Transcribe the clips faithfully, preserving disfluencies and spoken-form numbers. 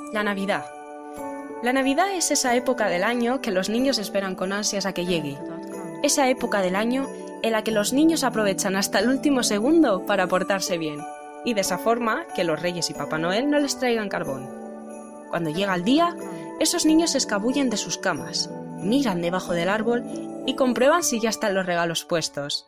La Navidad. La Navidad es esa época del año que los niños esperan con ansias a que llegue. Esa época del año en la que los niños aprovechan hasta el último segundo para portarse bien, y de esa forma que los Reyes y Papá Noel no les traigan carbón. Cuando llega el día, esos niños se escabullen de sus camas, miran debajo del árbol y comprueban si ya están los regalos puestos.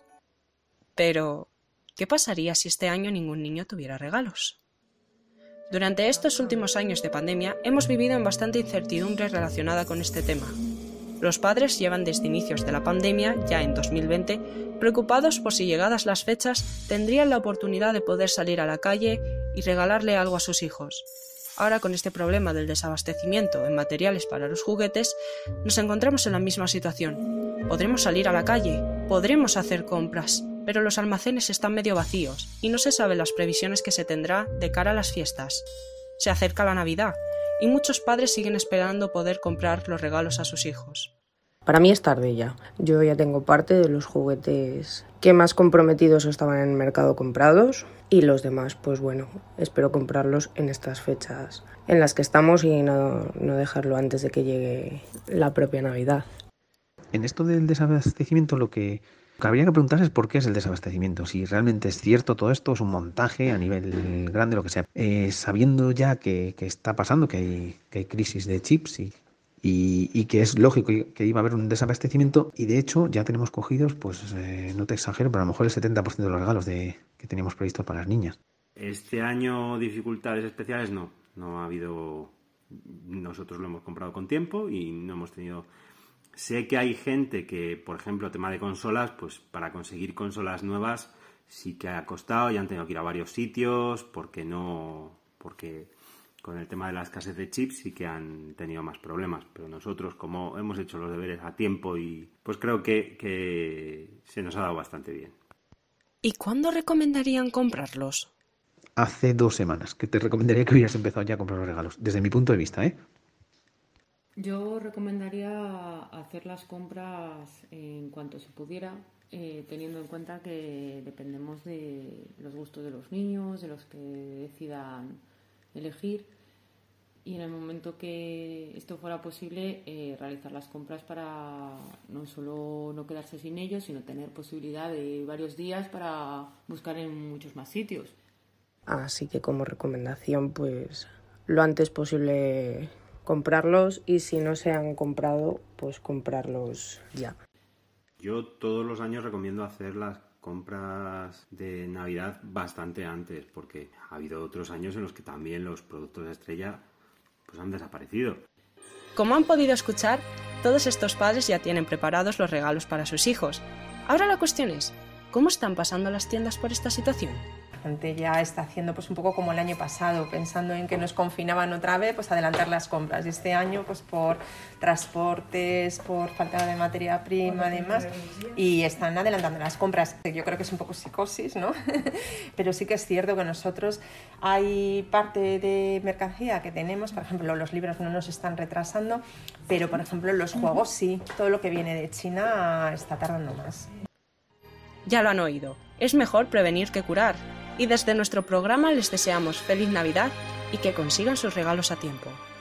Pero, ¿qué pasaría si este año ningún niño tuviera regalos? Durante estos últimos años de pandemia hemos vivido en bastante incertidumbre relacionada con este tema. Los padres llevan desde inicios de la pandemia, ya en dos mil veinte, preocupados por si llegadas las fechas tendrían la oportunidad de poder salir a la calle y regalarle algo a sus hijos. Ahora, con este problema del desabastecimiento en materiales para los juguetes, nos encontramos en la misma situación. Podremos salir a la calle, podremos hacer compras, pero los almacenes están medio vacíos y no se saben las previsiones que se tendrá de cara a las fiestas. Se acerca la Navidad y muchos padres siguen esperando poder comprar los regalos a sus hijos. Para mí es tarde ya. Yo ya tengo parte de los juguetes que más comprometidos estaban en el mercado comprados y los demás, pues bueno, espero comprarlos en estas fechas en las que estamos y no, no dejarlo antes de que llegue la propia Navidad. En esto del desabastecimiento lo que habría que preguntarse es por qué es el desabastecimiento, si realmente es cierto todo esto, es un montaje a nivel grande, lo que sea. Eh, sabiendo ya que, que está pasando, que hay, que hay crisis de chips y, y, y que es lógico que iba a haber un desabastecimiento, y de hecho ya tenemos cogidos, pues eh, no te exagero, pero a lo mejor el setenta por ciento de los regalos de, que teníamos previstos para las niñas. Este año dificultades especiales no, no ha habido, nosotros lo hemos comprado con tiempo y no hemos tenido... Sé que hay gente que, por ejemplo, tema de consolas, pues para conseguir consolas nuevas sí que ha costado y han tenido que ir a varios sitios porque no, porque con el tema de la escasez de chips sí que han tenido más problemas. Pero nosotros, como hemos hecho los deberes a tiempo, y pues creo que, que se nos ha dado bastante bien. ¿Y cuándo recomendarían comprarlos? Hace dos semanas, que te recomendaría que hubieras empezado ya a comprar los regalos, desde mi punto de vista, ¿eh? Yo recomendaría hacer las compras en cuanto se pudiera, eh, teniendo en cuenta que dependemos de los gustos de los niños, de los que decidan elegir, y en el momento que esto fuera posible, eh, realizar las compras para no solo no quedarse sin ellos, sino tener posibilidad de varios días para buscar en muchos más sitios. Así que como recomendación, pues lo antes posible comprarlos, y si no se han comprado, pues comprarlos ya. Yo todos los años recomiendo hacer las compras de Navidad bastante antes, porque ha habido otros años en los que también los productos de estrella pues han desaparecido. Como han podido escuchar, todos estos padres ya tienen preparados los regalos para sus hijos. Ahora la cuestión es, ¿cómo están pasando las tiendas por esta situación? La gente ya está haciendo pues un poco como el año pasado, pensando en que nos confinaban otra vez, pues adelantar las compras. Y este año, pues por transportes, por falta de materia prima y demás, y están adelantando las compras. Yo creo que es un poco psicosis, ¿no? Pero sí que es cierto que nosotros hay parte de mercancía que tenemos, por ejemplo, los libros no nos están retrasando, pero por ejemplo los juegos sí, todo lo que viene de China está tardando más. Ya lo han oído, es mejor prevenir que curar. Y desde nuestro programa les deseamos feliz Navidad y que consigan sus regalos a tiempo.